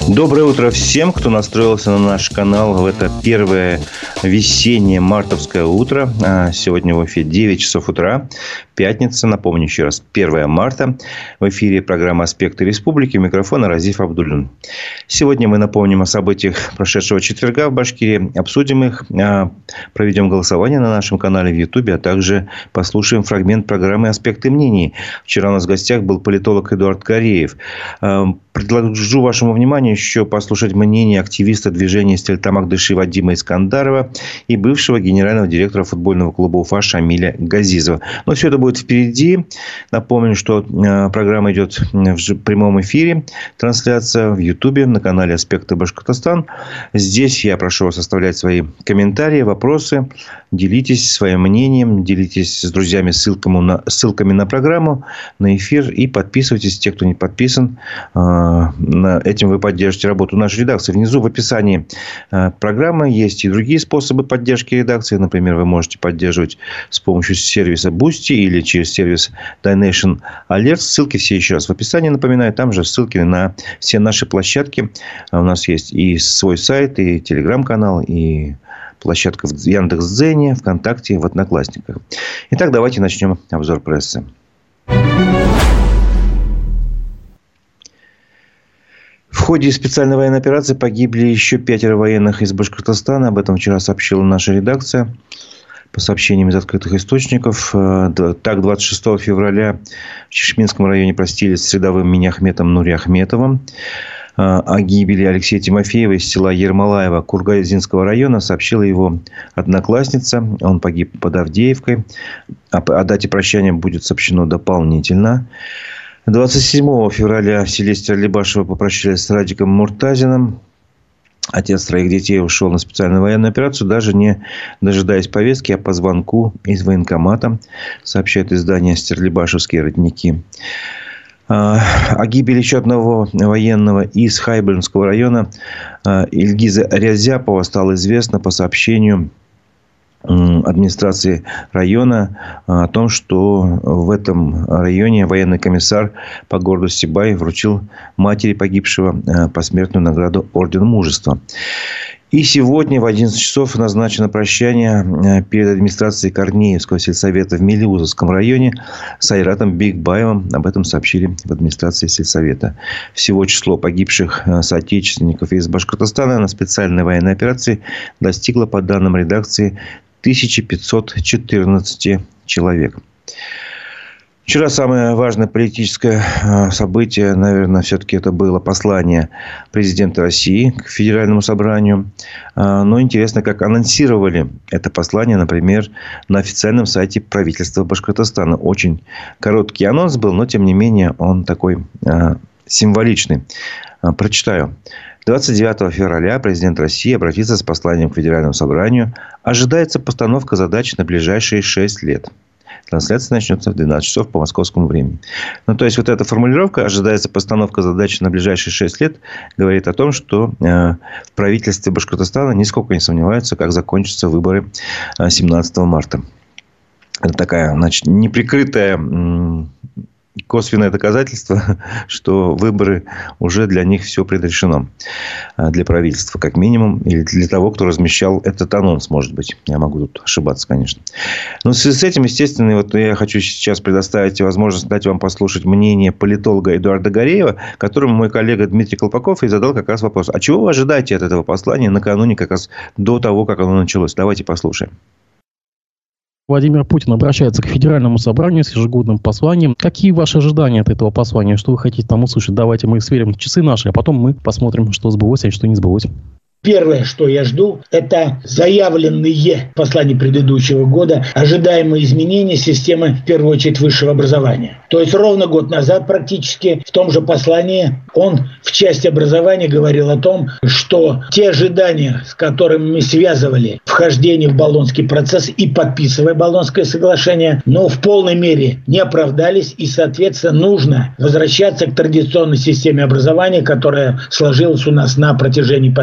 Доброе утро всем, кто настроился на наш канал в это первое весеннее мартовское утро. Сегодня в эфире 9 часов утра, пятница, напомню еще раз, 1 марта. В эфире программа «Аспекты республики», микрофон Разиф Абдуллин. Сегодня мы напомним о событиях прошедшего четверга в Башкирии, обсудим их, проведем голосование на нашем канале в Ютубе, а также послушаем фрагмент программы «Аспекты мнений». Вчера у нас в гостях был политолог Эдуард Кореев. Предложу вашему вниманию еще послушать мнение активиста движения Стельтамак-Дыши Вадима Искандарова и бывшего генерального директора футбольного клуба Уфа Шамиля Газизова. Но все это будет впереди. Напомню, что программа идет в прямом эфире. Трансляция в Ютубе на канале «Аспекты Башкортостан». Здесь я прошу вас оставлять свои комментарии, вопросы. Делитесь своим мнением, делитесь с друзьями ссылками на программу, на эфир. И подписывайтесь, те, кто не подписан. Этим вы поддержите работу нашей редакции. Внизу в описании программы есть и другие способы поддержки редакции. Например, вы можете поддерживать с помощью сервиса Boosty или через сервис Donation Alert. Ссылки все еще раз в описании. Напоминаю, там же ссылки на все наши площадки. У нас есть и свой сайт, и телеграм-канал, и площадка в Яндекс.Дзене, ВКонтакте, в Одноклассниках. Итак, давайте начнем обзор прессы. В ходе специальной военной операции погибли еще 5 военных из Башкортостана. Об этом вчера сообщила наша редакция. По сообщениям из открытых источников. Так, 26 февраля в Чешминском районе простились с рядовым Миняхметом Нуриахметовым. О гибели Алексея Тимофеева из села Ермолаева Кургазинского района сообщила его одноклассница. Он погиб под Авдеевкой. О дате прощания будет сообщено дополнительно. 27 февраля в селе Стерлибашево попрощались с Радиком Муртазиным. Отец 3 детей ушел на специальную военную операцию, даже не дожидаясь повестки, а по звонку из военкомата, сообщает издание «Стерлибашевские родники». О гибели еще одного военного из Хайбельского района Ильгиза Рязяпова стало известно по сообщению администрации района о том, что в этом районе военный комиссар по городу Сибай вручил матери погибшего посмертную награду Орден Мужества. И сегодня в 11 часов назначено прощание перед администрацией Корнеевского сельсовета в Мелеузовском районе с Айратом Бигбаевым. Об этом сообщили в администрации сельсовета. Всего число погибших соотечественников из Башкортостана на специальной военной операции достигло, по данным редакции, 1514 человек. Вчера самое важное политическое событие, наверное, все-таки это было послание президента России к Федеральному собранию. Но интересно, как анонсировали это послание, например, на официальном сайте правительства Башкортостана. Очень короткий анонс был, но, тем не менее, он такой символичный. Прочитаю. 29 февраля президент России обратится с посланием к Федеральному собранию. Ожидается постановка задач на ближайшие 6 лет. Трансляция начнется в 12 часов по московскому времени. Ну, то есть, вот эта формулировка «ожидается постановка задачи на ближайшие 6 лет» говорит о том, что в правительстве Башкортостана нисколько не сомневаются, как закончатся выборы 17 марта. Это такая, значит, неприкрытая косвенное доказательство, что выборы уже для них все предрешено. Для правительства, как минимум. Или для того, кто размещал этот анонс, может быть. Я могу тут ошибаться, конечно. Но в связи с этим, естественно, вот я хочу сейчас предоставить возможность дать вам послушать мнение политолога Эдуарда Кореева, которому мой коллега Дмитрий Колпаков и задал как раз вопрос. А чего вы ожидаете от этого послания накануне, как раз до того, как оно началось? Давайте послушаем. Владимир Путин обращается к Федеральному собранию с ежегодным посланием. Какие ваши ожидания от этого послания? Что вы хотите там услышать? Давайте мы сверим часы наши, а потом мы посмотрим, что сбылось, а что не сбылось. Первое, что я жду, это заявленные в послании предыдущего года ожидаемые изменения системы, в первую очередь, высшего образования. То есть, ровно год назад практически в том же послании он в части образования говорил о том, что те ожидания, с которыми мы связывали вхождение в Болонский процесс и подписывая Болонское соглашение, но в полной мере не оправдались, и, соответственно, нужно возвращаться к традиционной системе образования, которая сложилась у нас на протяжении последних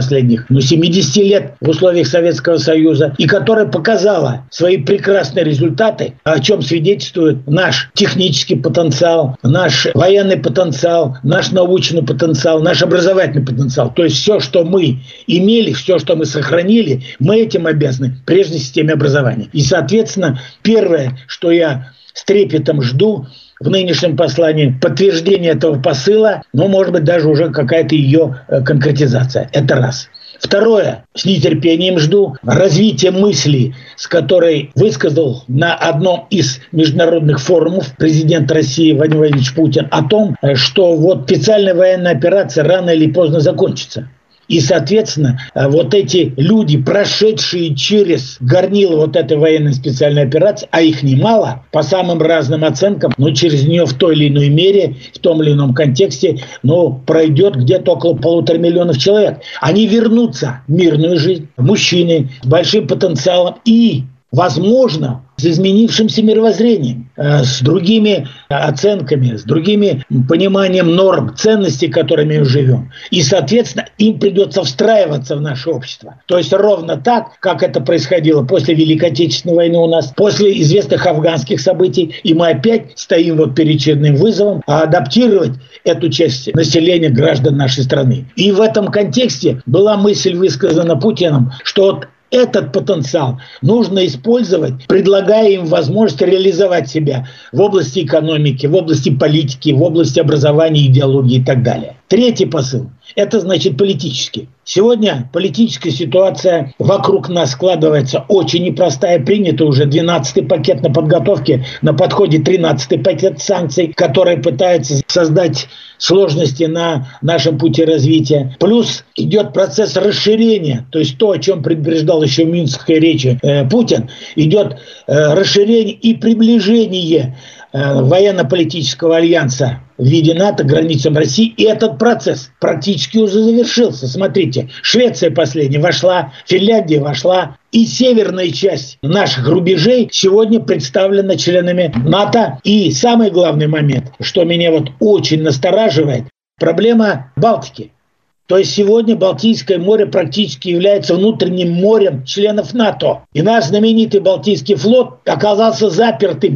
этих 70 лет в условиях Советского Союза, и которая показала свои прекрасные результаты, о чем свидетельствует наш технический потенциал, наш военный потенциал, наш научный потенциал, наш образовательный потенциал. То есть все, что мы имели, все, что мы сохранили, мы этим обязаны прежней системе образования. И, соответственно, первое, что я с трепетом жду в нынешнем послании, подтверждение этого посыла, может быть, даже уже какая-то ее конкретизация. Это раз. Второе, с нетерпением жду развития мысли, с которой высказал на одном из международных форумов президент России Владимир Владимирович Путин о том, что специальная военная операция рано или поздно закончится. И, соответственно, вот эти люди, прошедшие через горнило этой военной специальной операции, а их немало, по самым разным оценкам, через нее в той или иной мере, в том или ином контексте, пройдет где-то около 1,5 миллиона человек. Они вернутся в мирную жизнь, мужчины с большим потенциалом и, возможно, с изменившимся мировоззрением, с другими оценками, с другими пониманием норм, ценностей, которыми мы живем. И, соответственно, им придется встраиваться в наше общество. То есть ровно так, как это происходило после Великой Отечественной войны у нас, после известных афганских событий. И мы опять стоим перед очередным вызовом адаптировать эту часть населения, граждан нашей страны. И в этом контексте была мысль высказана Путиным, что этот потенциал нужно использовать, предлагая им возможность реализовать себя в области экономики, в области политики, в области образования, идеологии и так далее. Третий посыл – это значит политический. Сегодня политическая ситуация вокруг нас складывается очень непростая. Принято уже 12-й пакет на подготовке, на подходе 13-й пакет санкций, который пытается создать сложности на нашем пути развития. Плюс идет процесс расширения, то есть то, о чем предупреждал еще в Минской речи Путин, идет расширение и приближение военно-политического альянса в виде НАТО к границам России. И этот процесс практически уже завершился. Смотрите, Швеция последняя вошла, Финляндия вошла. И северная часть наших рубежей сегодня представлена членами НАТО. И самый главный момент, что меня очень настораживает, проблема Балтики. То есть сегодня Балтийское море практически является внутренним морем членов НАТО. И наш знаменитый Балтийский флот оказался запертым,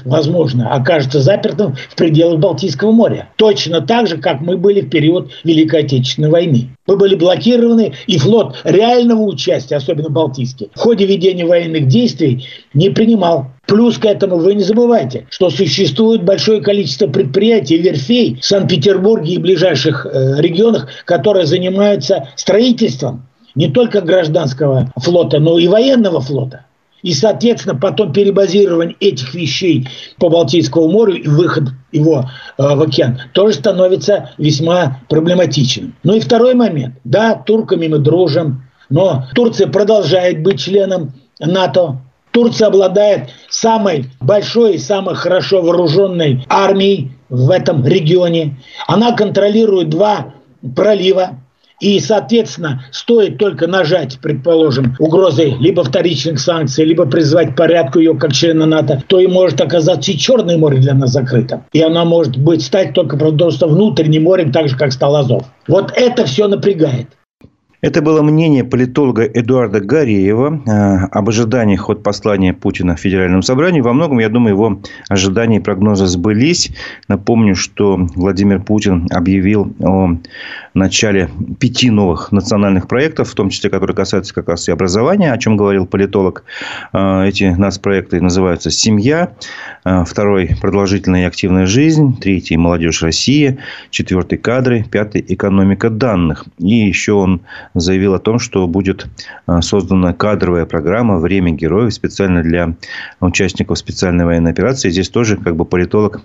окажется запертым в пределах Балтийского моря. Точно так же, как мы были в период Великой Отечественной войны. Мы были блокированы, и флот реального участия, особенно Балтийский, в ходе ведения военных действий не принимал. Плюс к этому вы не забывайте, что существует большое количество предприятий, верфей в Санкт-Петербурге и ближайших регионах, которые занимаются строительством не только гражданского флота, но и военного флота. И, соответственно, потом перебазирование этих вещей по Балтийскому морю и выход его в океан тоже становится весьма проблематичным. И второй момент. Да, турками мы дружим, но Турция продолжает быть членом НАТО. Турция обладает самой большой и самой хорошо вооруженной армией в этом регионе. Она контролирует 2 пролива. И, соответственно, стоит только нажать, предположим, угрозой либо вторичных санкций, либо призвать к порядку ее как члена НАТО, то и может оказаться и Черное море для нас закрытым. И она может стать только просто внутренним морем, так же, как стал Азов. Это все напрягает. Это было мнение политолога Эдуарда Гареева об ожиданиях от послания Путина в Федеральном собрании. Во многом, я думаю, его ожидания и прогнозы сбылись. Напомню, что Владимир Путин объявил о начале 5 новых национальных проектов, в том числе, которые касаются как раз и образования, о чем говорил политолог. Эти нацпроекты называются «Семья», 2-й «Продолжительная и активная жизнь», 3-й «Молодежь России», 4-й «Кадры», 5-й «Экономика данных». И еще он заявил о том, что будет создана кадровая программа «Время героев» специально для участников специальной военной операции. Здесь тоже политолог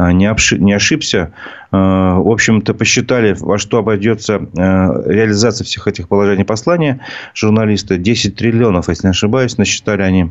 не ошибся. В общем-то, посчитали, во что обойдется реализация всех этих положений послания. Журналисты 10 триллионов, если не ошибаюсь, насчитали они.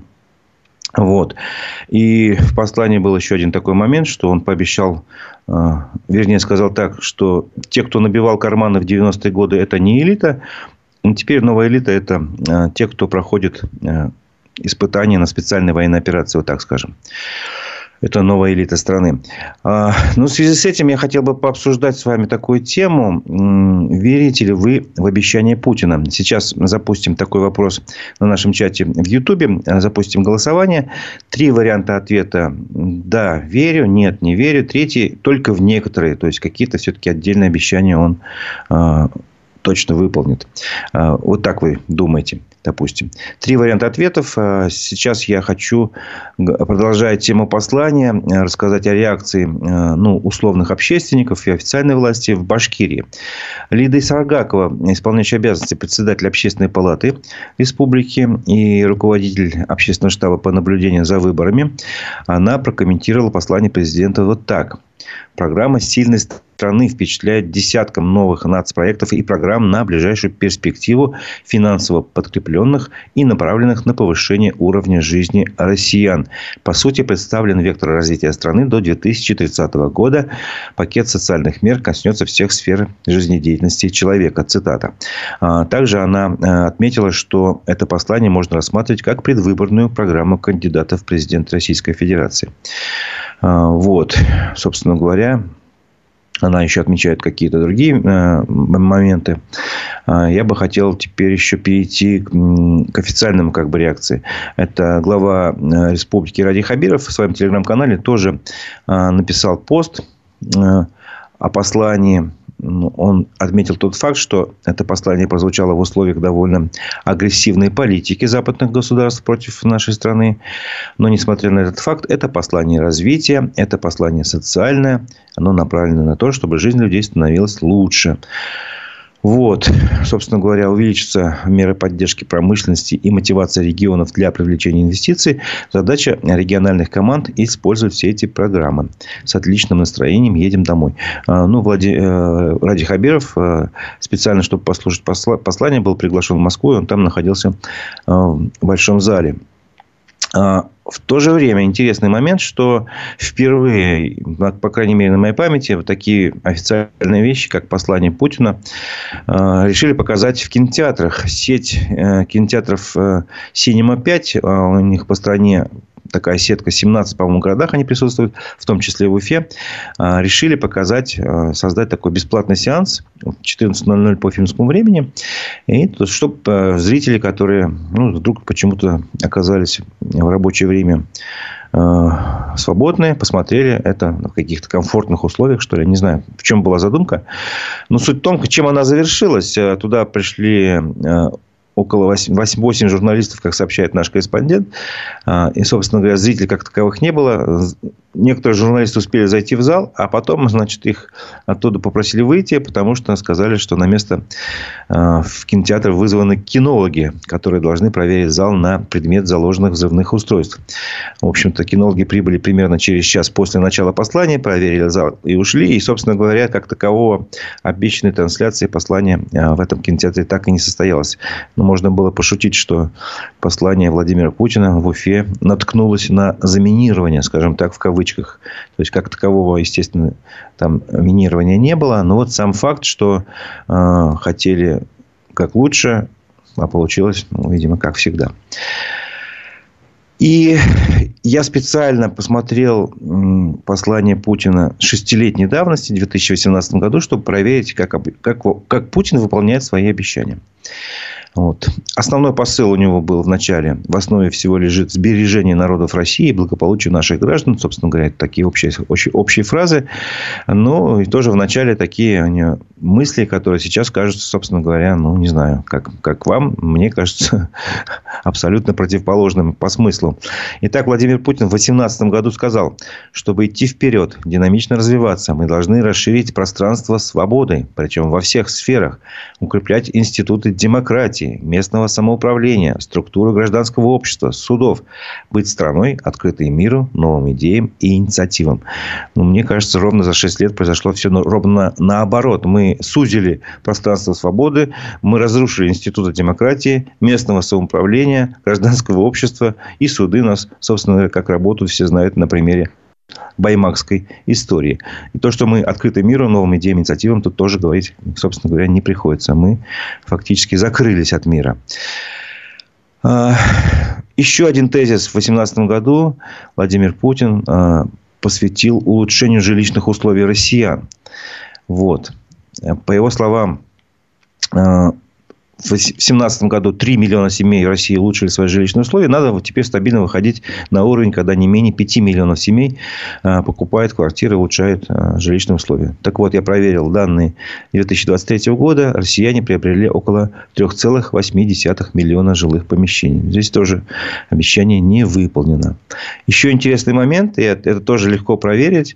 И в послании был еще один такой момент, что он пообещал, сказал так, что те, кто набивал карманы в 90-е годы, это не элита. Теперь новая элита – это те, кто проходит испытания на специальной военной операции, так скажем. Это новая элита страны. В связи с этим я хотел бы пообсуждать с вами такую тему. Верите ли вы в обещания Путина? Сейчас запустим такой вопрос на нашем чате в Ютубе. Запустим голосование. 3 варианта ответа. Да, верю. Нет, не верю. 3 только в некоторые. То есть, какие-то все-таки отдельные обещания он точно выполнит. Вот так вы думаете, допустим. 3 варианта ответов. Сейчас я хочу, продолжая тему послания, рассказать о реакции условных общественников и официальной власти в Башкирии. Лида Исаргакова, исполняющая обязанности председателя Общественной палаты республики и руководитель общественного штаба по наблюдению за выборами, она прокомментировала послание президента вот так. Программа сильной страны впечатляет десяткам новых нацпроектов и программ на ближайшую перспективу, финансово подкрепленных и направленных на повышение уровня жизни россиян. По сути, представлен вектор развития страны до 2030 года. Пакет социальных мер коснется всех сфер жизнедеятельности человека. Цитата. Также она отметила, что это послание можно рассматривать как предвыборную программу кандидатов в президенты Российской Федерации. Вот, собственно говоря, она еще отмечает какие-то другие моменты. Я бы хотел теперь еще перейти к официальным реакции. Это глава республики Ради Хабиров в своем телеграм-канале тоже написал пост о послании. Он отметил тот факт, что это послание прозвучало в условиях довольно агрессивной политики западных государств против нашей страны. Но, несмотря на этот факт, это послание развития, это послание социальное. Оно направлено на то, чтобы жизнь людей становилась лучше. Вот, собственно говоря, увеличатся меры поддержки промышленности и мотивация регионов для привлечения инвестиций. Задача региональных команд – использовать все эти программы. С отличным настроением едем домой. Ради Хабиров специально, чтобы послушать послание, был приглашен в Москву. И он там находился в большом зале. В то же время интересный момент, что впервые, по крайней мере, на моей памяти, вот такие официальные вещи, как послание Путина, решили показать в кинотеатрах. Сеть кинотеатров Cinema 5, у них по стране такая сетка, 17, по-моему, городах они присутствуют, в том числе в Уфе, решили показать, создать такой бесплатный сеанс в 14:00 по уфимскому времени. И чтобы зрители, которые вдруг почему-то оказались в рабочее время свободные, посмотрели это в каких-то комфортных условиях, что ли. Не знаю, в чем была задумка. Но суть в том, чем она завершилась. Туда пришли около 8 журналистов, как сообщает наш корреспондент. И, собственно говоря, зрителей как таковых не было. Некоторые журналисты успели зайти в зал, а потом, их оттуда попросили выйти, потому что сказали, что на место в кинотеатр вызваны кинологи, которые должны проверить зал на предмет заложенных взрывных устройств. В общем-то, кинологи прибыли примерно через час после начала послания, проверили зал и ушли. И, собственно говоря, как такового обещанной трансляции послания в этом кинотеатре так и не состоялось. Но можно было пошутить, что послание Владимира Путина в Уфе наткнулось на заминирование, скажем так, в кавычках. То есть, как такового, естественно, там минирования не было. Но вот сам факт, что хотели как лучше, а получилось, видимо, как всегда. И я специально посмотрел послание Путина 6-летней давности, в 2018 году, чтобы проверить, как Путин выполняет свои обещания. Вот. Основной посыл у него был в начале. В основе всего лежит сбережение народов России и благополучие наших граждан. Собственно говоря, это такие общие фразы. Но и тоже в начале такие мысли, которые сейчас кажутся, собственно говоря, не знаю, как вам, мне кажется, абсолютно противоположным по смыслу. Итак, Владимир Путин в 2018 году сказал, чтобы идти вперед, динамично развиваться, мы должны расширить пространство свободы, причем во всех сферах, укреплять институты демократии, местного самоуправления, структуру гражданского общества, судов, быть страной, открытой миру, новым идеям и инициативам. Мне кажется, ровно за 6 лет произошло все ровно наоборот. Мы сузили пространство свободы, мы разрушили институты демократии, местного самоуправления, гражданского общества, и суды нас, собственно говоря, как работают, все знают на примере баймакской истории. И то, что мы открыты миру, новым идеям, инициативам, тут тоже говорить, собственно говоря, не приходится. Мы фактически закрылись от мира. Еще один тезис. В 2018 году Владимир Путин посвятил улучшению жилищных условий россиян. Вот. По его словам, в 2017 году 3 миллиона семей России улучшили свои жилищные условия. Надо теперь стабильно выходить на уровень, когда не менее 5 миллионов семей покупают квартиры, улучшают жилищные условия. Так вот, я проверил данные 2023 года. Россияне приобрели около 3,8 миллиона жилых помещений. Здесь тоже обещание не выполнено. Еще интересный момент, и это тоже легко проверить.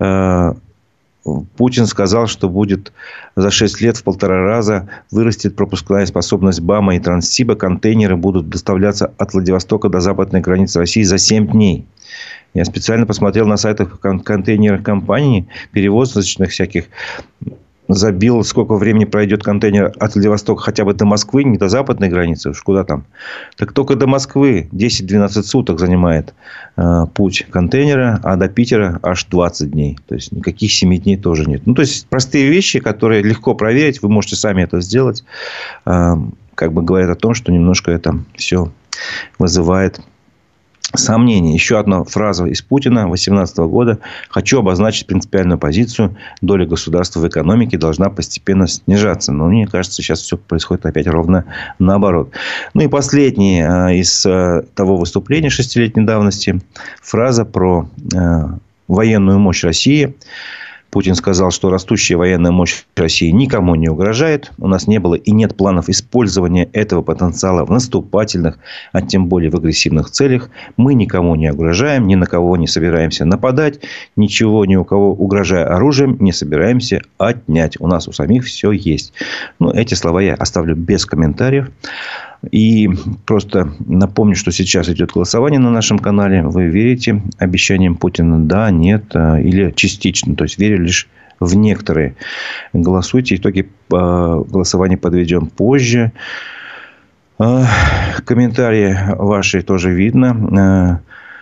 Путин сказал, что будет за 6 лет в 1,5 раза вырастет пропускная способность БАМа и Транссиба. Контейнеры будут доставляться от Владивостока до западной границы России за 7 дней. Я специально посмотрел на сайтах контейнерных компаний, перевозочных всяких. Забил, сколько времени пройдет контейнер от Владивостока хотя бы до Москвы, не до западной границы, уж куда там. Так только до Москвы 10-12 суток занимает путь контейнера, а до Питера аж 20 дней. То есть, никаких 7 дней тоже нет. Ну, то есть, простые вещи, которые легко проверить, вы можете сами это сделать. Как бы говорят о том, что немножко это все вызывает сомнения. Еще одна фраза из Путина 2018 года. Хочу обозначить принципиальную позицию. Доля государства в экономике должна постепенно снижаться. Но мне кажется, сейчас все происходит опять ровно наоборот. Ну и последнее из того выступления 6-летней давности. Фраза про военную мощь России. Путин сказал, что растущая военная мощь России никому не угрожает. У нас не было и нет планов использования этого потенциала в наступательных, а тем более в агрессивных целях. Мы никому не угрожаем, ни на кого не собираемся нападать. Ничего ни у кого, угрожая оружием, не собираемся отнять. У нас у самих все есть. Ну, эти слова я оставлю без комментариев. И просто напомню, что сейчас идет голосование на нашем канале. Вы верите обещаниям Путина? Да, нет или частично. То есть, верю лишь в некоторые. Голосуйте. Итоги голосования подведем позже. Комментарии ваши тоже видно.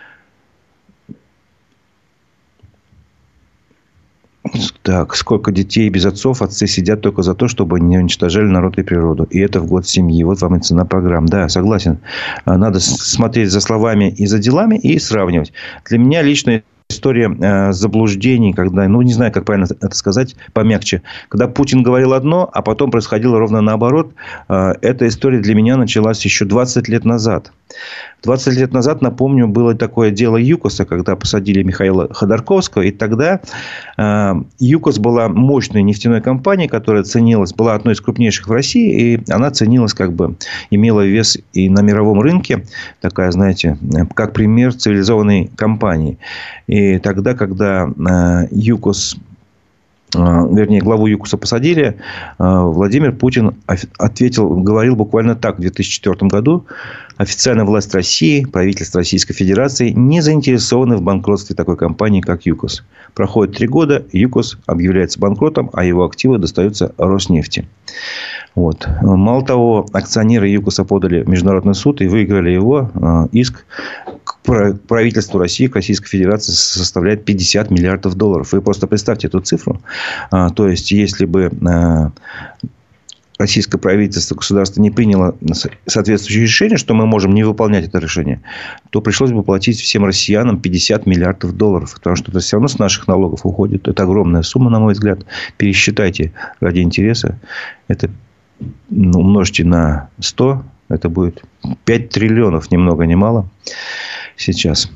Так, сколько детей без отцов, отцы сидят только за то, чтобы не уничтожали народ и природу. И это в год семьи. Вот вам и цена программ. Да, согласен. Надо смотреть за словами и за делами и сравнивать. Для меня лично история заблуждений, когда, ну, не знаю, как правильно это сказать, помягче. Когда Путин говорил одно, а потом происходило ровно наоборот. Эта история для меня началась еще 20 лет назад. 20 лет назад, напомню, было такое дело ЮКОСа, когда посадили Михаила Ходорковского. И тогда ЮКОС была мощной нефтяной компанией, которая ценилась, была одной из крупнейших в России. И она ценилась, как бы, имела вес и на мировом рынке. Такая, знаете, как пример цивилизованной компании. И тогда, когда ЮКОС, вернее, главу ЮКОСа посадили, Владимир Путин говорил буквально так в 2004 году. Официальная власть России, правительство Российской Федерации не заинтересованы в банкротстве такой компании, как ЮКОС. Проходит 3 года, ЮКОС объявляется банкротом, а его активы достаются Роснефти. Вот. Мало того, акционеры ЮКОСа подали в международный суд и выиграли его иск к правительству России, к Российской Федерации, составляет $50 миллиардов. Вы просто представьте эту цифру. То есть, если бы российское правительство, государство не приняло соответствующее решение, что мы можем не выполнять это решение, то пришлось бы платить всем россиянам $50 миллиардов. Потому что это все равно с наших налогов уходит. Это огромная сумма, на мой взгляд. Пересчитайте ради интереса. Это умножьте на 100. Это будет 5 триллионов, ни много ни мало. Сейчас.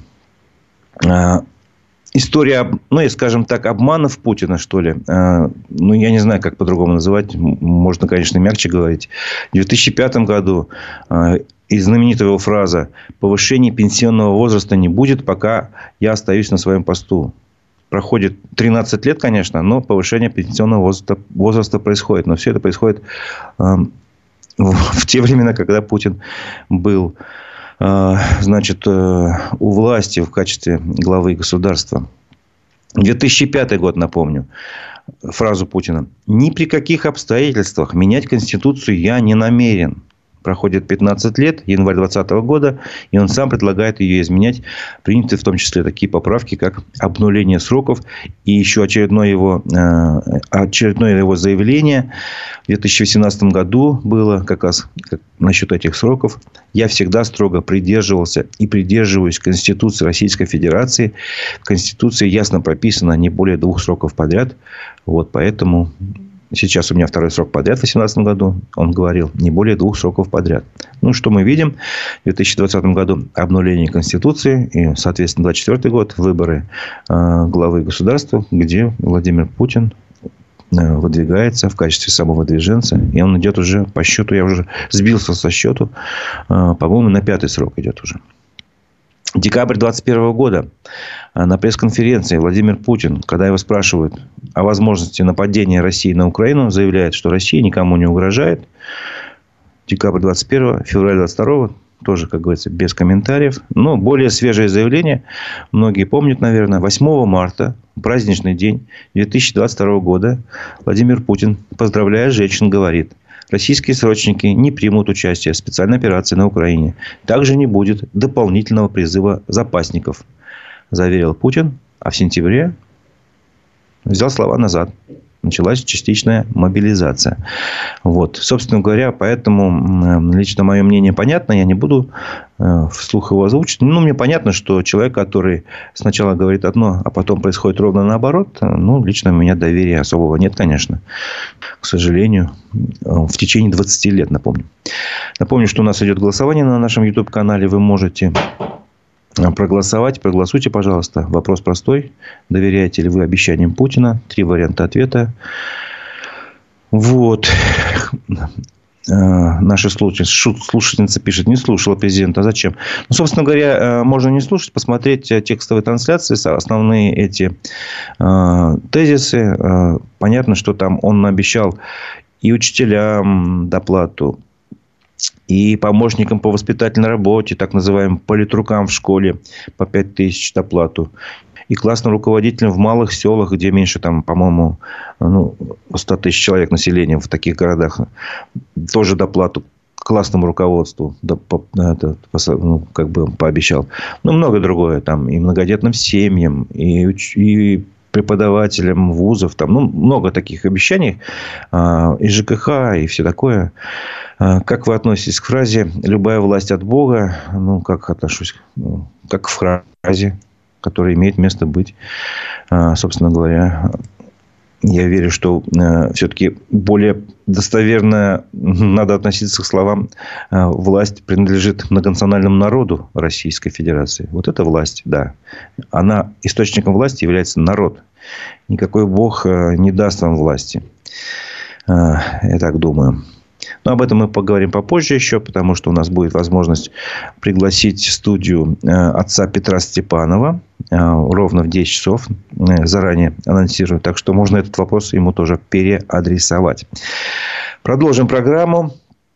История, ну, скажем так, обманов Путина, что ли. Ну, я не знаю, как по-другому называть. Можно, конечно, мягче говорить. В 2005 году и знаменитая его фраза: «Повышения пенсионного возраста не будет, пока я остаюсь на своем посту». Проходит 13 лет, конечно, но повышение пенсионного возраста происходит. Но все это происходит в те времена, когда Путин был, значит, у власти в качестве главы государства. 2005 год, напомню, фразу Путина: «Ни при каких обстоятельствах менять Конституцию я не намерен». проходит 15 лет, январь 2020 года, и он сам предлагает ее изменять. Приняты в том числе такие поправки, как обнуление сроков. И еще очередное его заявление в 2018 году было как раз насчет этих сроков. Я всегда строго придерживался и придерживаюсь Конституции Российской Федерации. В Конституции ясно прописано не более 2 сроков подряд. Вот поэтому сейчас у меня 2-й срок подряд в 2018 году. Он говорил не более 2 сроков подряд. Ну, что мы видим? В 2020 году обнуление Конституции. И, соответственно, 2024 год выборы главы государства, где Владимир Путин выдвигается в качестве самовыдвиженца. И он идет уже по счету. Я уже сбился со счету. По-моему, на 5-й срок идет уже. Декабрь 2021 года. На пресс-конференции Владимир Путин, когда его спрашивают о возможности нападения России на Украину, заявляет, что Россия никому не угрожает. Декабрь 21, февраль 22, тоже, как говорится, без комментариев. Но более свежее заявление, многие помнят, наверное, 8 марта, праздничный день 2022 года, Владимир Путин, поздравляя женщин, говорит: российские срочники не примут участие в специальной операции на Украине. Также не будет дополнительного призыва запасников, заверил Путин. А в сентябре взял слова назад. Началась частичная мобилизация. Вот. Собственно говоря, поэтому лично мое мнение понятно. Я не буду вслух его озвучить. Ну, мне понятно, что человек, который сначала говорит одно, а потом происходит ровно наоборот, ну, лично у меня доверия особого нет, конечно. К сожалению. В течение 20 лет, напомню. Напомню, что у нас идет голосование на нашем YouTube-канале. Вы можете проголосовать. Проголосуйте, пожалуйста. Вопрос простой. Доверяете ли вы обещаниям Путина? 3 варианта ответа. Вот. Наша слушательница пишет: не слушала президента. Зачем? Ну, собственно говоря, можно не слушать, посмотреть текстовые трансляции, основные эти тезисы. Понятно, что там он обещал и учителям доплату, и помощникам по воспитательной работе, так называемым политрукам в школе по 5000 доплату. И классным руководителям в малых селах, где меньше, там, по-моему, 100 тысяч человек населения в таких городах, тоже доплату классному руководству как бы пообещал. Ну, многое другое. Там, и многодетным семьям, и преподавателям вузов. Там, много таких обещаний. И ЖКХ, и все такое. Как вы относитесь к фразе «любая власть от Бога»? Ну, как отношусь? Как к фразе, которая имеет место быть. Собственно говоря, я верю, что все-таки более достоверно надо относиться к словам «власть принадлежит многонациональному народу Российской Федерации». Вот эта власть, да. Источником власти является народ. Никакой Бог не даст вам власти. Я так думаю. Но об этом мы поговорим попозже еще, потому что у нас будет возможность пригласить в студию отца Петра Степанова ровно в 10 часов. Заранее анонсирую. Так что можно этот вопрос ему тоже переадресовать. Продолжим программу.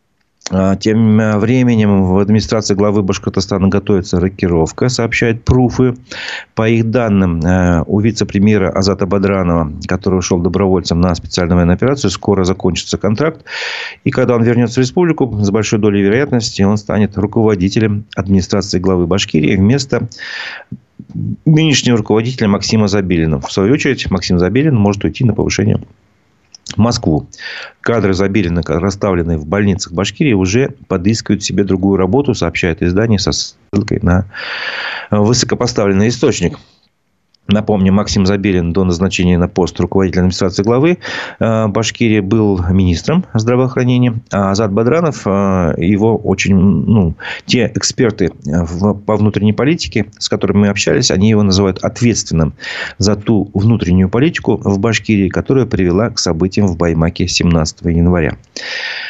Тем временем в администрации главы Башкортостана готовится рокировка, сообщают пруфы. По их данным, у вице-премьера Азата Бадранова, который ушел добровольцем на специальную военную операцию, скоро закончится контракт. И когда он вернется в республику, с большой долей вероятности он станет руководителем администрации главы Башкирии вместо нынешнего руководителя Максима Забелина. В свою очередь, Максим Забелин может уйти на повышение в Москву. Кадры Забелина, расставленные в больницах Башкирии, уже подыскивают себе другую работу, сообщает издание со ссылкой на высокопоставленный источник. Напомню, Максим Забелин до назначения на пост руководителя администрации главы Башкирии был министром здравоохранения. А Азат Бадранов, его очень... те эксперты по внутренней политике, с которыми мы общались, они его называют ответственным за ту внутреннюю политику в Башкирии, которая привела к событиям в Баймаке 17 января.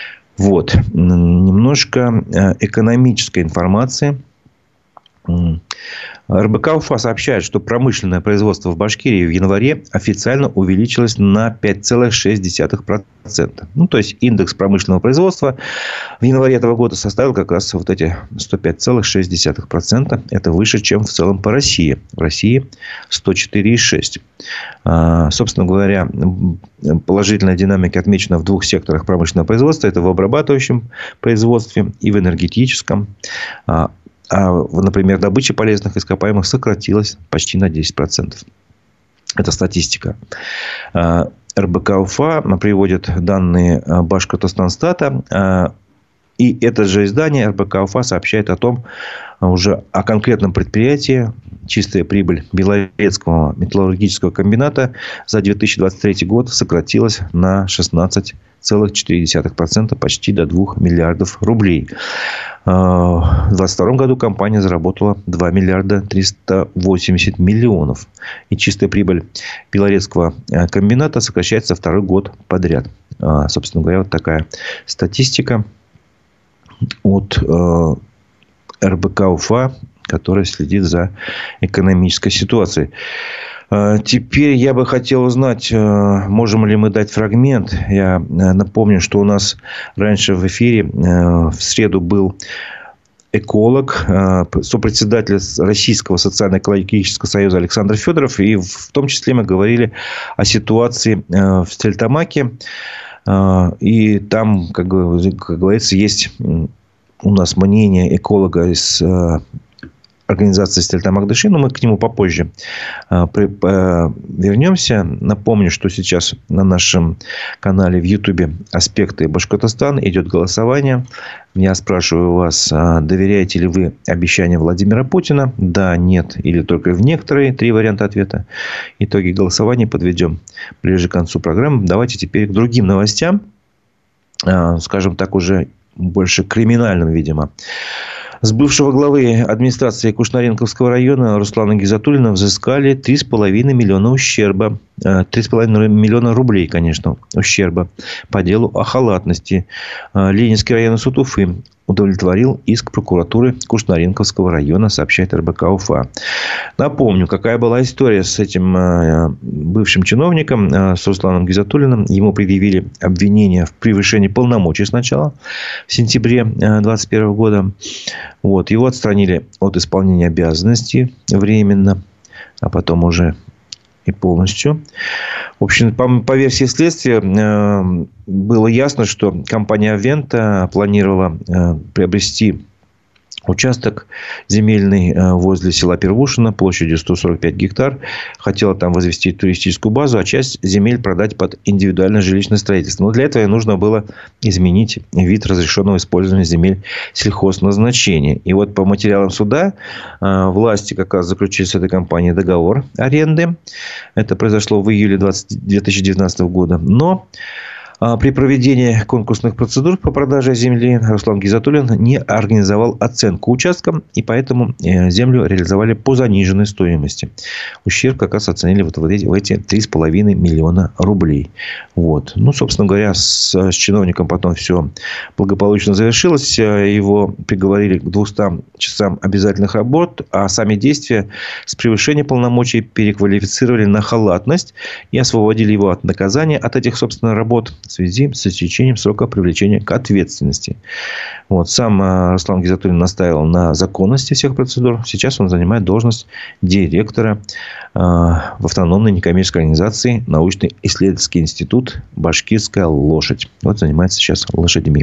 Вот. Немножко экономической информации. РБК Уфа сообщает, что промышленное производство в Башкирии в январе официально увеличилось на 5,6%. То есть индекс промышленного производства в январе этого года составил как раз вот эти 105,6%. Это выше, чем в целом по России. В России 104,6%. Собственно говоря, положительная динамика отмечена в двух секторах промышленного производства. Это в обрабатывающем производстве и в энергетическом. Например, добыча полезных ископаемых сократилась почти на 10%. Это статистика. РБК Уфа приводит данные Башкортостанстата. И это же издание РБК Уфа сообщает уже о конкретном предприятии. Чистая прибыль Белорецкого металлургического комбината за 2023 год сократилась на 16,4%, почти до 2 миллиардов рублей. В 2022 году компания заработала 2 миллиарда 380 миллионов. И чистая прибыль Белорецкого комбината сокращается второй год подряд. Собственно говоря, вот такая статистика от РБК Уфа, которая следит за экономической ситуацией. Теперь я бы хотел узнать, можем ли мы дать фрагмент. Я напомню, что у нас раньше в эфире в среду был эколог, сопредседатель Российского социально-экологического союза Александр Федоров. И в том числе мы говорили о ситуации в Стерлитамаке. И там, как говорится, есть у нас мнение эколога из организации Стерлитамак Дыши, но мы к нему попозже вернемся. Напомню, что сейчас на нашем канале в Ютубе «Аспекты Башкортостана» идет голосование. Я спрашиваю вас, доверяете ли вы обещаниям Владимира Путина? Да, нет или только в некоторые. 3 варианта ответа. Итоги голосования подведем ближе к концу программы. Давайте теперь к другим новостям. Скажем так, уже больше криминальным, видимо. С бывшего главы администрации Кушнаренковского района Руслана Гизатуллина взыскали 3,5 миллиона ущерба. 3,5 миллиона рублей, конечно, ущерба по делу о халатности. Ленинский районный суд Уфы удовлетворил иск прокуратуры Кушнаренковского района, сообщает РБК Уфа. Напомню, какая была история с этим бывшим чиновником, с Русланом Гизатуллиным. Ему предъявили обвинение в превышении полномочий сначала, в сентябре 2021 года. Его отстранили от исполнения обязанностей временно, а потом уже и полностью. В общем, по версии следствия было ясно, что компания «Авента» планировала приобрести участок земельный возле села Первушино площадью 145 гектар. Хотела там возвести туристическую базу, а часть земель продать под индивидуальное жилищное строительство. Но для этого нужно было изменить вид разрешенного использования земель сельхозназначения. И вот по материалам суда власти как раз заключили с этой компанией договор аренды. Это произошло в июле 2019 года. Но при проведении конкурсных процедур по продаже земли Руслан Гизатуллин не организовал оценку участкам, и поэтому землю реализовали по заниженной стоимости. Ущерб как раз оценили в эти 3,5 миллиона рублей. Собственно говоря, с чиновником потом все благополучно завершилось. Его приговорили к 200 часам обязательных работ, а сами действия с превышением полномочий переквалифицировали на халатность и освободили его от наказания от этих, собственно, работ в связи с истечением срока привлечения к ответственности. Сам Руслан Гизатуллин настаивал на законности всех процедур. Сейчас он занимает должность директора в автономной некоммерческой организации научно-исследовательский институт «Башкирская лошадь». Занимается сейчас лошадьми.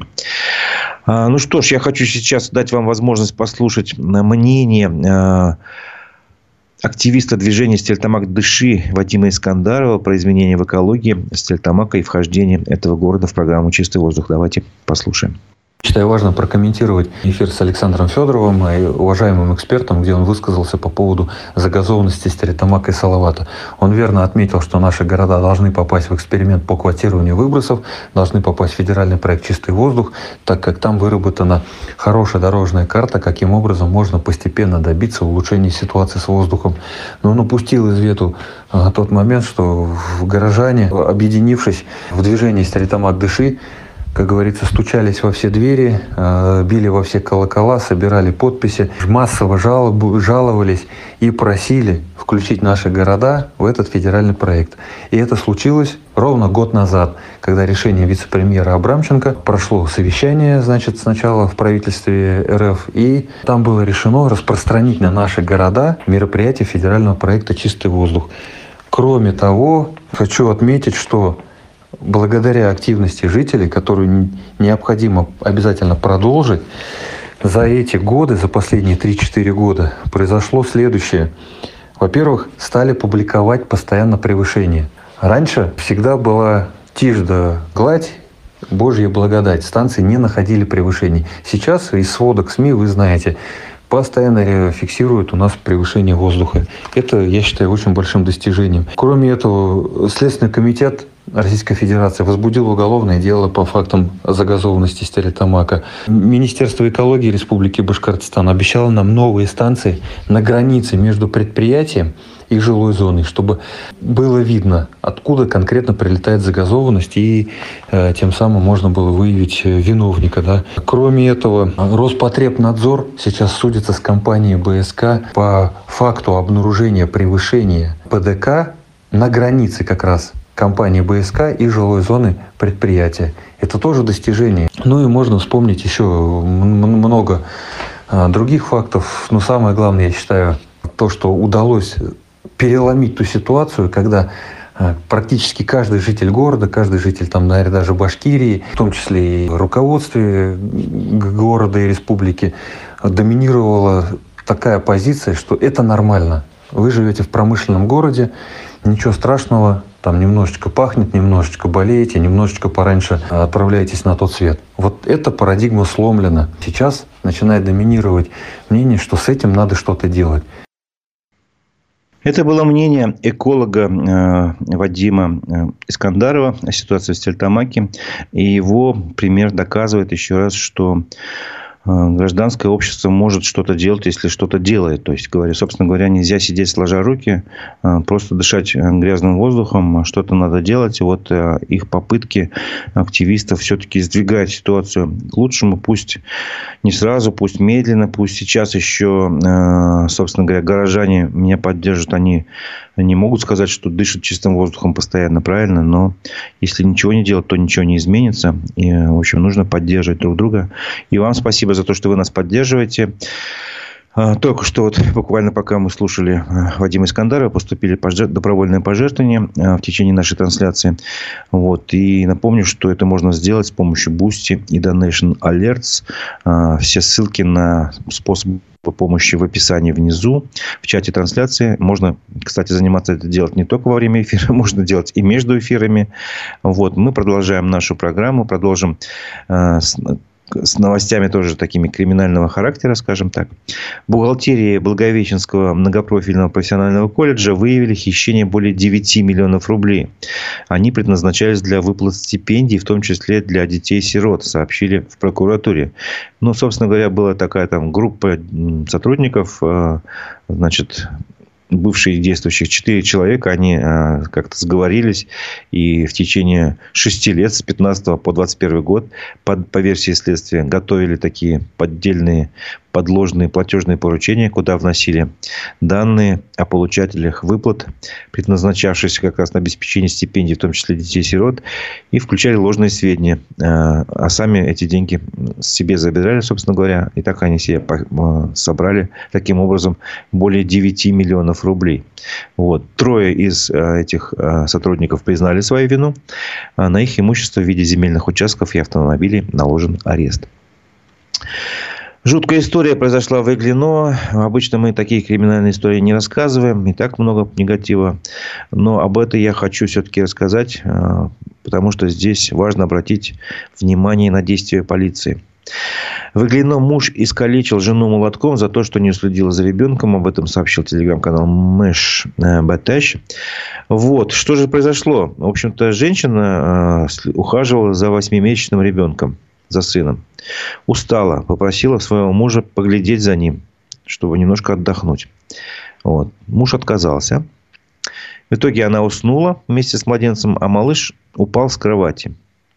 Что ж, я хочу сейчас дать вам возможность послушать мнение активиста движения «Стерлитамак Дыши» Вадима Искандарова про изменения в экологии Стерлитамака и вхождение этого города в программу «Чистый воздух». Давайте послушаем. Считаю важно прокомментировать эфир с Александром Федоровым, уважаемым экспертом, где он высказался по поводу загазованности Стерлитамака и Салавата. Он верно отметил, что наши города должны попасть в эксперимент по квотированию выбросов, должны попасть в федеральный проект «Чистый воздух», так как там выработана хорошая дорожная карта, каким образом можно постепенно добиться улучшения ситуации с воздухом. Но он упустил из виду тот момент, что горожане, объединившись в движении «Стерлитамак Дыши», как говорится, стучались во все двери, били во все колокола, собирали подписи, массово жаловались и просили включить наши города в этот федеральный проект. И это случилось ровно год назад, когда решение вице-премьера Абрамченко прошло совещание, значит, сначала в правительстве РФ, и там было решено распространить на наши города мероприятие федерального проекта «Чистый воздух». Кроме того, хочу отметить, что благодаря активности жителей, которую необходимо обязательно продолжить, за эти годы, за последние 3-4 года произошло следующее. Во-первых, стали публиковать постоянно превышение. Раньше всегда была тишь да гладь, Божья благодать. Станции не находили превышений. Сейчас из сводок СМИ, вы знаете, постоянно фиксируют у нас превышение воздуха. Это, я считаю, очень большим достижением. Кроме этого, Следственный комитет Российской Федерации возбудил уголовное дело по фактам загазованности Стерлитамака. Министерство экологии Республики Башкортостан обещало нам новые станции на границе между предприятием и жилой зоной, чтобы было видно, откуда конкретно прилетает загазованность, и тем самым можно было выявить виновника. Да. Кроме этого, Роспотребнадзор сейчас судится с компанией БСК по факту обнаружения превышения ПДК на границе как раз компании БСК и жилой зоны предприятия. Это тоже достижение. Ну и можно вспомнить еще много других фактов. Но самое главное, я считаю, то, что удалось переломить ту ситуацию, когда практически каждый житель города, каждый житель, там, наверное, даже Башкирии, в том числе и в руководстве города и республики, доминировала такая позиция, что это нормально. Вы живете в промышленном городе, ничего страшного, там немножечко пахнет, немножечко болеете, немножечко пораньше отправляетесь на тот свет. Вот эта парадигма сломлена. Сейчас начинает доминировать мнение, что с этим надо что-то делать. Это было мнение эколога Вадима Искандарова о ситуации в Стерлитамаке. И его пример доказывает еще раз, что гражданское общество может что-то делать, если что-то делает. То есть, собственно говоря, нельзя сидеть сложа руки, просто дышать грязным воздухом. Что-то надо делать. И вот их попытки активистов все-таки сдвигать ситуацию к лучшему. Пусть не сразу, пусть медленно, пусть сейчас еще, собственно говоря, горожане меня поддержат. Они не могут сказать, что дышат чистым воздухом постоянно, правильно? Но если ничего не делать, то ничего не изменится. И, в общем, нужно поддерживать друг друга. И вам спасибо за то, что вы нас поддерживаете. Только что вот буквально пока мы слушали Вадима Искандарова, поступили добровольные пожертвования в течение нашей трансляции. Вот. И напомню, что это можно сделать с помощью Boosty и Donation Alerts. Все ссылки на способы помощи в описании внизу, в чате трансляции. Можно, кстати, заниматься это делать не только во время эфира, можно делать и между эфирами. Вот. Мы продолжаем нашу программу, продолжим с новостями тоже такими криминального характера, скажем так. Бухгалтерии Благовещенского многопрофильного профессионального колледжа выявили хищение более 9 миллионов рублей. Они предназначались для выплат стипендий, в том числе для детей-сирот, сообщили в прокуратуре. Ну, собственно говоря, была такая там группа сотрудников, значит, бывших действующих 4 человека, они как-то сговорились и в течение 6 лет, с 15 по 21 год, по версии следствия, готовили такие поддельные, подложные платежные поручения, куда вносили данные о получателях выплат, предназначавшихся как раз на обеспечение стипендий, в том числе детей-сирот, и включали ложные сведения. А сами эти деньги себе забирали, собственно говоря, и так они себе собрали таким образом более 9 миллионов рублей. Вот. 3 из этих сотрудников признали свою вину. На их имущество в виде земельных участков и автомобилей наложен арест. Жуткая история произошла в Иглино. Обычно мы такие криминальные истории не рассказываем. Не так много негатива. Но об этом я хочу все-таки рассказать. Потому что здесь важно обратить внимание на действия полиции. В Иглино муж искалечил жену молотком за то, что не уследила за ребенком. Об этом сообщил телеграм-канал Мэш Батэш. Вот. Что же произошло? В общем-то, женщина ухаживала за 8-месячным ребенком. За сыном. Устала. Попросила своего мужа поглядеть за ним, чтобы немножко отдохнуть. Вот. Муж отказался. В итоге она уснула вместе с младенцем, а малыш упал с кровати.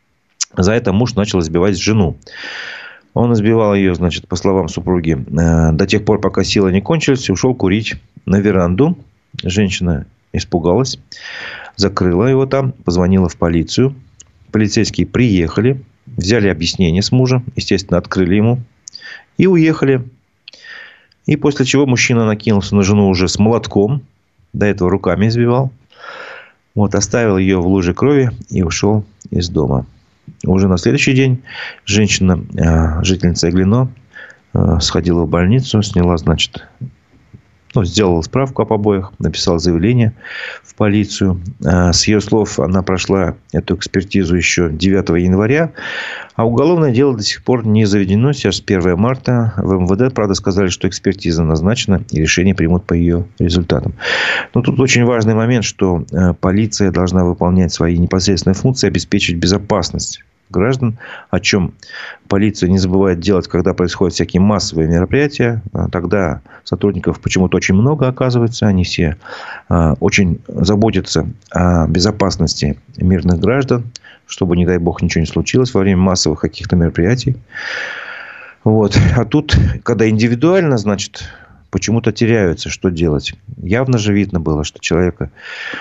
За это муж начал избивать жену. Он избивал ее, значит, по словам супруги, до тех пор, пока силы не кончились, и ушел курить на веранду. Женщина испугалась, закрыла его там, позвонила в полицию. Полицейские приехали, взяли объяснение с мужа, естественно, открыли ему и уехали. И после чего мужчина накинулся на жену уже с молотком, до этого руками избивал. Вот, оставил ее в луже крови и ушел из дома. Уже на следующий день женщина, жительница Иглино, сходила в больницу, сняла, значит, сделала справку о побоях, написала заявление в полицию. С ее слов, она прошла эту экспертизу еще 9 января, а уголовное дело до сих пор не заведено. Сейчас 1 марта. В МВД, правда, сказали, что экспертиза назначена и решение примут по ее результатам. Но тут очень важный момент, что полиция должна выполнять свои непосредственные функции, обеспечить безопасность граждан, о чем полиция не забывает делать, когда происходят всякие массовые мероприятия. Тогда сотрудников почему-то очень много оказывается. Они все очень заботятся о безопасности мирных граждан, чтобы, не дай бог, ничего не случилось во время массовых каких-то мероприятий. Вот. А тут, когда индивидуально, значит, почему-то теряются, что делать. Явно же видно было, что человека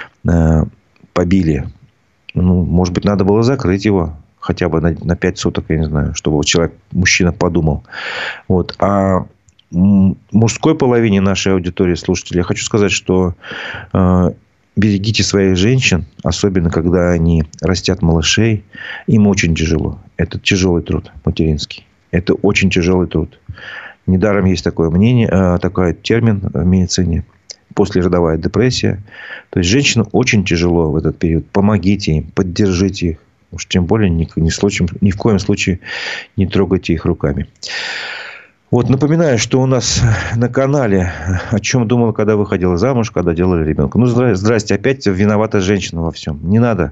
побили. Может быть, надо было закрыть его хотя бы на 5 суток, я не знаю, чтобы человек, мужчина, подумал. Вот. А мужской половине нашей аудитории, слушателей, я хочу сказать, что берегите своих женщин, особенно когда они растят малышей. Им очень тяжело. Это тяжелый труд материнский. Это очень тяжелый труд. Недаром есть такое мнение, такой термин в медицине. Послеродовая депрессия. То есть женщинам очень тяжело в этот период. Помогите им, поддержите их. Уж тем более ни в коем случае не трогайте их руками. Вот, напоминаю, что у нас на канале «О чем думала, когда выходила замуж, когда делали ребенка». Здрасте, опять виновата женщина во всем. Не надо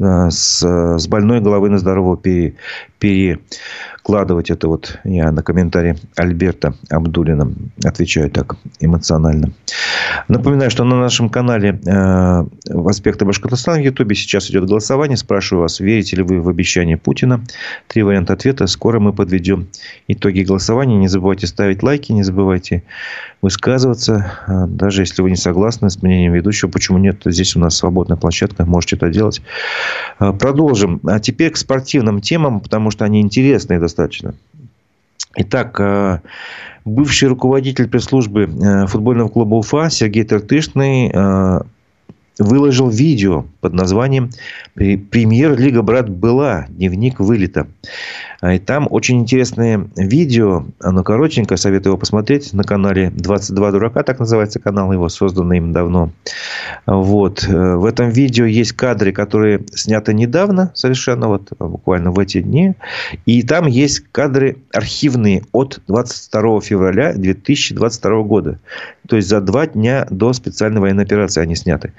с больной головы на здоровую перекладывать это. Вот я на комментарий Альберта Абдулина отвечаю так эмоционально. Напоминаю, что на нашем канале в «Аспекты Башкортостана» в Ютубе сейчас идет голосование. Спрашиваю вас, верите ли вы в обещание Путина? 3 варианта ответа. Скоро мы подведем итоги голосования. Не забывайте ставить лайки, не забывайте высказываться. Даже если вы не согласны с мнением ведущего, почему нет? Здесь у нас свободная площадка, можете это делать. Продолжим. А теперь к спортивным темам, потому что они интересные достаточно. Итак, бывший руководитель пресс-службы футбольного клуба Уфа Сергей Тыртышный выложил видео под названием «Премьер-лига, брат, была. Дневник вылета». И там очень интересное видео. Оно коротенькое. Советую его посмотреть на канале «22 дурака». Так называется канал его, созданный им давно. Вот. В этом видео есть кадры, которые сняты недавно совершенно. Вот, буквально в эти дни. И там есть кадры архивные от 22 февраля 2022 года. То есть за 2 дня до специальной военной операции они сняты.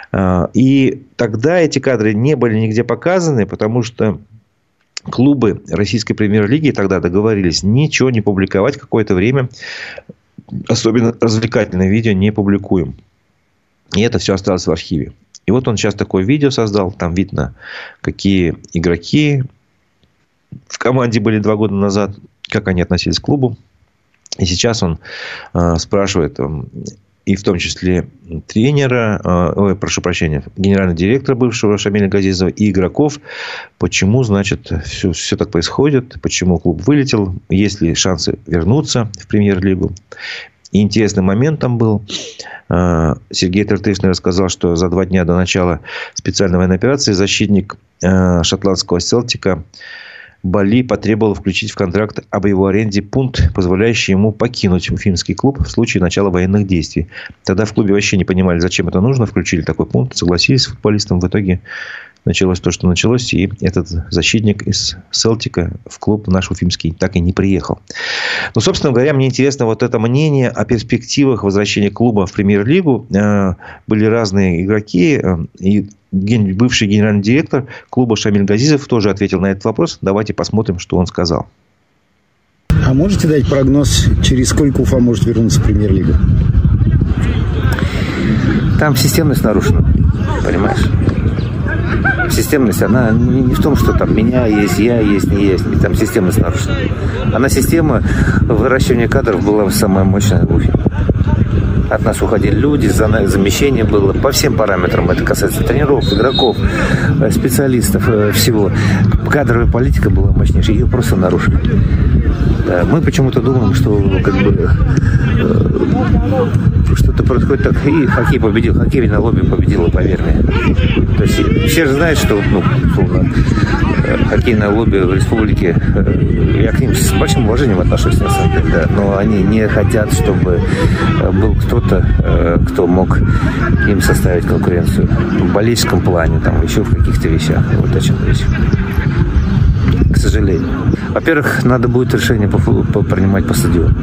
И тогда эти кадры не были нигде показаны, потому что клубы российской премьер-лиги тогда договорились ничего не публиковать какое-то время. Особенно развлекательное видео не публикуем. И это все осталось в архиве. И вот он сейчас такое видео создал. Там видно, какие игроки в команде были 2 года назад, как они относились к клубу. И сейчас он спрашивает, и в том числе тренера, генерального директора бывшего Шамиля Газизова и игроков, почему, значит, все так происходит, почему клуб вылетел, есть ли шансы вернуться в премьер-лигу. И интересный момент там был. Сергей Тыртышный рассказал, что за 2 дня до начала специальной военной операции защитник шотландского Селтика Бали потребовал включить в контракт об его аренде пункт, позволяющий ему покинуть уфимский клуб в случае начала военных действий. Тогда в клубе вообще не понимали, зачем это нужно. Включили такой пункт, согласились с футболистом. В итоге началось то, что началось. И этот защитник из Селтика в клуб наш уфимский так и не приехал. Но, собственно говоря, мне интересно вот это мнение о перспективах возвращения клуба в премьер-лигу. Были разные игроки. И бывший генеральный директор клуба Шамиль Газизов тоже ответил на этот вопрос. Давайте посмотрим, что он сказал. А можете дать прогноз, через сколько Уфа может вернуться в премьер-лигу? Там системность нарушена, понимаешь? Системность, она не в том, что там меня есть, я есть, не есть. И там системность нарушена. Она система выращивания кадров была самая мощная в Уфе. От нас уходили люди, замещение было по всем параметрам. Это касается тренеров, игроков, специалистов, всего. Кадровая политика была мощнейшая, ее просто нарушили. Да, мы почему-то думаем, что как бы что-то происходит так. И хоккей победил, хоккейное лобби победило, поверь мне. То есть все же знают, что хоккейное лобби в республике, я к ним с большим уважением отношусь, на самом деле, да, но они не хотят, чтобы был кто-то, кто мог им составить конкуренцию в болельческом плане, там, еще в каких-то вещах. Вот о чем речь. К сожалению. Во-первых, надо будет решение принимать по стадиону.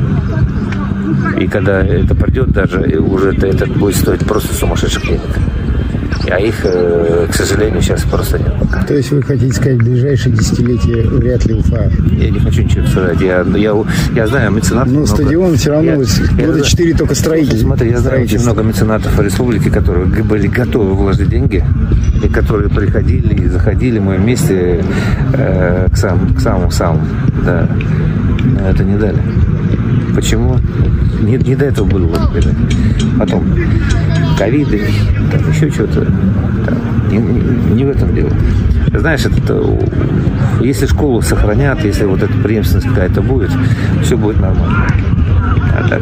И когда это придет, даже уже это будет стоить просто сумасшедших денег. А их, к сожалению, сейчас просто нет. То есть вы хотите сказать, в ближайшие десятилетия вряд ли Уфа? Я не хочу ничего сказать. Я знаю меценатов. Но стадион все равно года 4 только строителей. Смотри, я знаю очень много меценатов в республике, которые были готовы вложить деньги, и которые приходили и заходили мы вместе к самому. Да. Но это не дали. Почему? Не до этого было. Потом ковиды, еще что-то. Не в этом дело. Знаешь, если школу сохранят, если вот эта преемственность какая-то будет, все будет нормально. А так...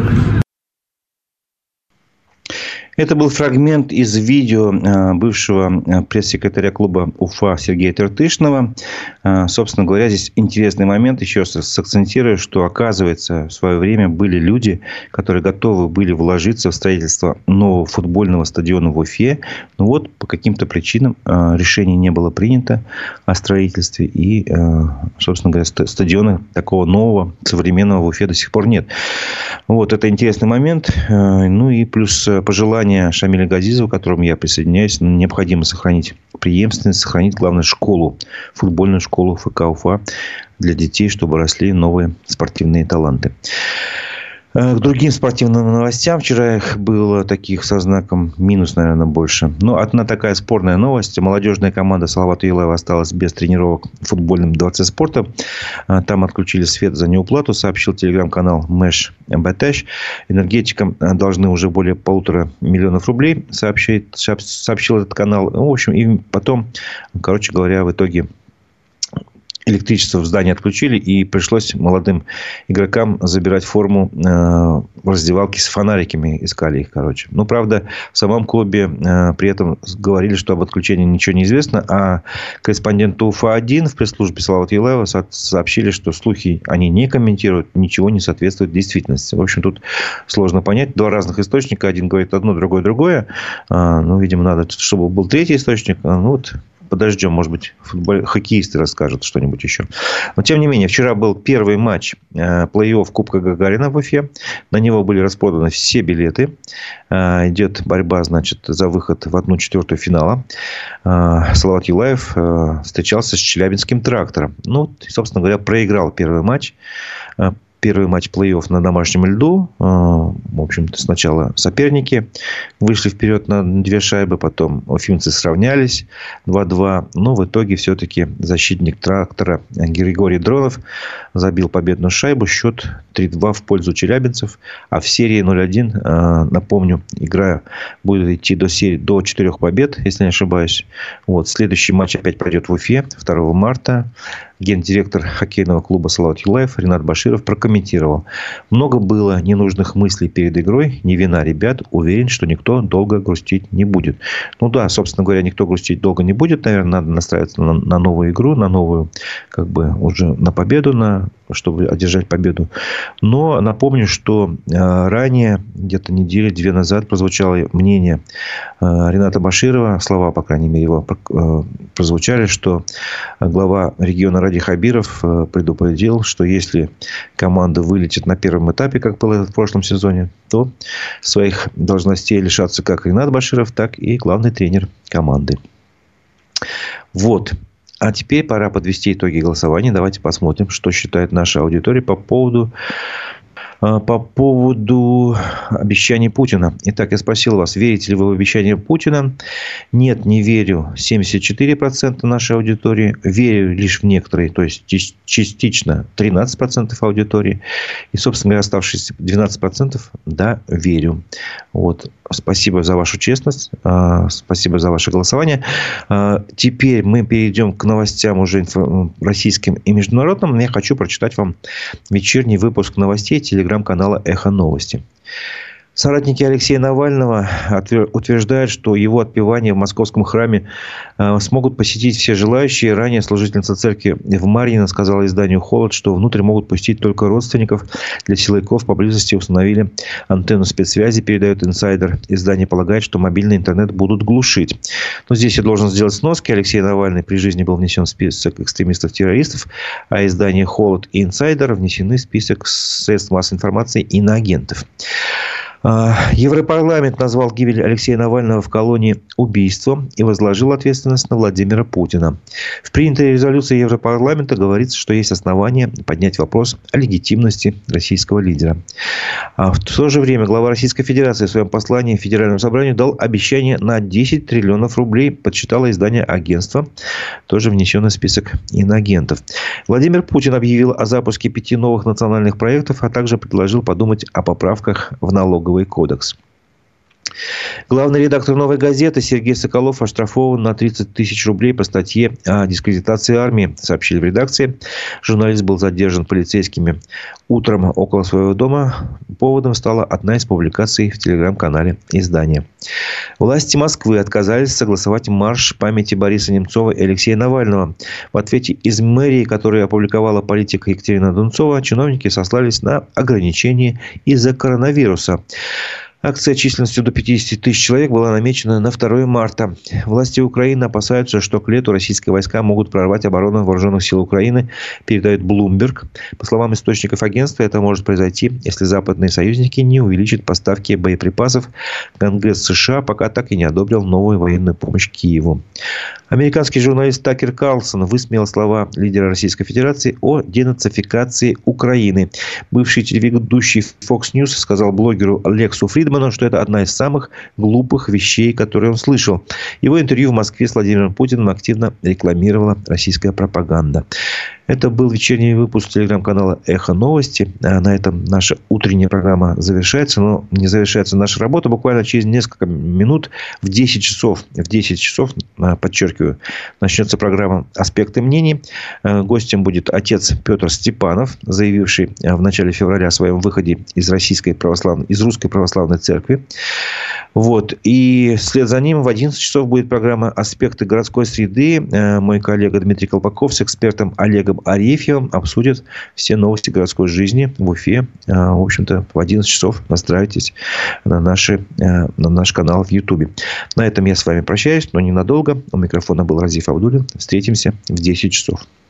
Это был фрагмент из видео бывшего пресс-секретаря клуба Уфа Сергея Тертышного. Собственно говоря, здесь интересный момент. Еще раз сакцентирую, что, оказывается, в свое время были люди, которые готовы были вложиться в строительство нового футбольного стадиона в Уфе. Но вот по каким-то причинам решение не было принято о строительстве. И, собственно говоря, стадиона такого нового, современного в Уфе до сих пор нет. Вот, это интересный момент. Ну и плюс пожелание Шамиля Газизова, к которому я присоединяюсь, необходимо сохранить преемственность, сохранить, главное, школу, футбольную школу ФК Уфа для детей, чтобы росли новые спортивные таланты. К другим спортивным новостям. Вчера их было таких со знаком минус, наверное, больше. Но одна такая спорная новость. Молодежная команда Салавата Юлаева осталась без тренировок в футбольном дворце спорта. Там отключили свет за неуплату, сообщил телеграм-канал Мэш Бэташ. Энергетикам должны уже более 1,5 миллиона рублей, сообщил этот канал. В общем, и потом, короче говоря, в итоге... электричество в здании отключили, и пришлось молодым игрокам забирать форму в раздевалке с фонариками. Искали их, короче. Но, правда, в самом клубе при этом говорили, что об отключении ничего не известно. А корреспонденту УФА-1 в пресс-службе Салавата Юлаева сообщили, что слухи они не комментируют, ничего не соответствует действительности. В общем, тут сложно понять. Два разных источника. Один говорит одно, другой другое. Ну, видимо, надо, чтобы был третий источник. Ну, вот... Подождем, может быть, хоккеисты расскажут что-нибудь еще. Но, тем не менее, вчера был первый матч плей-офф Кубка Гагарина в Уфе. На него были распроданы все билеты. Идет борьба, значит, за выход в 1/4 финала. Салават Юлаев встречался с Челябинским Трактором. Ну, собственно говоря, проиграл первый матч. Первый матч плей-офф на домашнем льду. В общем-то, сначала соперники вышли вперед на 2 шайбы. Потом уфимцы сравнялись 2-2. Но в итоге все-таки защитник Трактора Григорий Дронов забил победную шайбу. Счет 3-2 в пользу челябинцев. А в серии 0-1, напомню, игра будет идти до 4 побед, если не ошибаюсь. Вот. Следующий матч опять пройдет в Уфе 2 марта. Гендиректор хоккейного клуба Салават Юлаев Ринат Баширов прокомментировал: много было ненужных мыслей перед игрой, не вина ребят, уверен, что никто долго грустить не будет. Ну да, собственно говоря, никто грустить долго не будет, наверное, надо настраиваться на новую игру, на новую, как бы уже на победу, чтобы одержать победу. Но напомню, что ранее, где-то недели 2 назад, прозвучало мнение Рината Баширова, слова, по крайней мере, его прозвучали, что глава региона Ради Хабиров предупредил, что если команда вылетит на первом этапе, как было в прошлом сезоне, то своих должностей лишатся как Ринат Баширов, так и главный тренер команды. Вот. А теперь пора подвести итоги голосования. Давайте посмотрим, что считает наша аудитория по поводу По поводу обещаний Путина. Итак, я спросил вас, верите ли вы в обещания Путина? Нет, не верю. 74% нашей аудитории. Верю лишь в некоторые, то есть частично 13% аудитории. И, собственно говоря, оставшиеся 12% да, верю. Вот. Спасибо за вашу честность. Спасибо за ваше голосование. Теперь мы перейдем к новостям уже российским и международным. Я хочу прочитать вам вечерний выпуск новостей телеграм-канала «Эхо Новости». Соратники Алексея Навального утверждают, что его отпевание в московском храме смогут посетить все желающие. Ранее служительница церкви в Марьино сказала изданию «Холод», что внутрь могут пустить только родственников. Для силовиков поблизости установили антенну спецсвязи, передает инсайдер. Издание полагает, что мобильный интернет будут глушить. Но здесь я должен сделать сноски. Алексей Навальный при жизни был внесен в список экстремистов-террористов, а издание «Холод» и инсайдер внесены в список средств массовой информации иноагентов. Европарламент назвал гибель Алексея Навального в колонии убийством и возложил ответственность на Владимира Путина. В принятой резолюции Европарламента говорится, что есть основания поднять вопрос о легитимности российского лидера. А в то же время глава Российской Федерации в своем послании Федеральному собранию дал обещание на 10 триллионов рублей, подсчитало издание «Агентство», тоже внесенное в список иноагентов. Владимир Путин объявил о запуске 5 новых национальных проектов, а также предложил подумать о поправках в налоговый кодекс. Главный редактор «Новой газеты» Сергей Соколов оштрафован на 30 тысяч рублей по статье о дискредитации армии, сообщили в редакции. Журналист был задержан полицейскими утром около своего дома. Поводом стала одна из публикаций в телеграм-канале издания. Власти Москвы отказались согласовать марш памяти Бориса Немцова и Алексея Навального. В ответе из мэрии, которую опубликовала политика Екатерина Дунцова, чиновники сослались на ограничения из-за коронавируса. Акция численностью до 50 тысяч человек была намечена на 2 марта. Власти Украины опасаются, что к лету российские войска могут прорвать оборону вооруженных сил Украины, передает Bloomberg. По словам источников агентства, это может произойти, если западные союзники не увеличат поставки боеприпасов. Конгресс США пока так и не одобрил новую военную помощь Киеву. Американский журналист Такер Карлсон высмеял слова лидера Российской Федерации о денацификации Украины. Бывший телеведущий Fox News сказал блогеру Лексу Фридману, что это одна из самых глупых вещей, которые он слышал. Его интервью в Москве с Владимиром Путиным активно рекламировала российская пропаганда. Это был вечерний выпуск телеграм-канала «Эхо Новости». На этом наша утренняя программа завершается. Но не завершается наша работа. Буквально через несколько минут в 10 часов, подчеркиваю, начнется программа «Аспекты мнений». Гостем будет отец Петр Степанов, заявивший в начале февраля о своем выходе из Русской Православной Церкви. Вот. И вслед за ним в 11 часов будет программа «Аспекты городской среды». Мой коллега Дмитрий Колпаков с экспертом Олегом Арефьевым обсудят все новости городской жизни в Уфе. В общем-то, в 11 часов настраивайтесь на наш канал в Ютубе. На этом я с вами прощаюсь, но ненадолго. У микрофона был Разиф Абдуллин. Встретимся в 10 часов.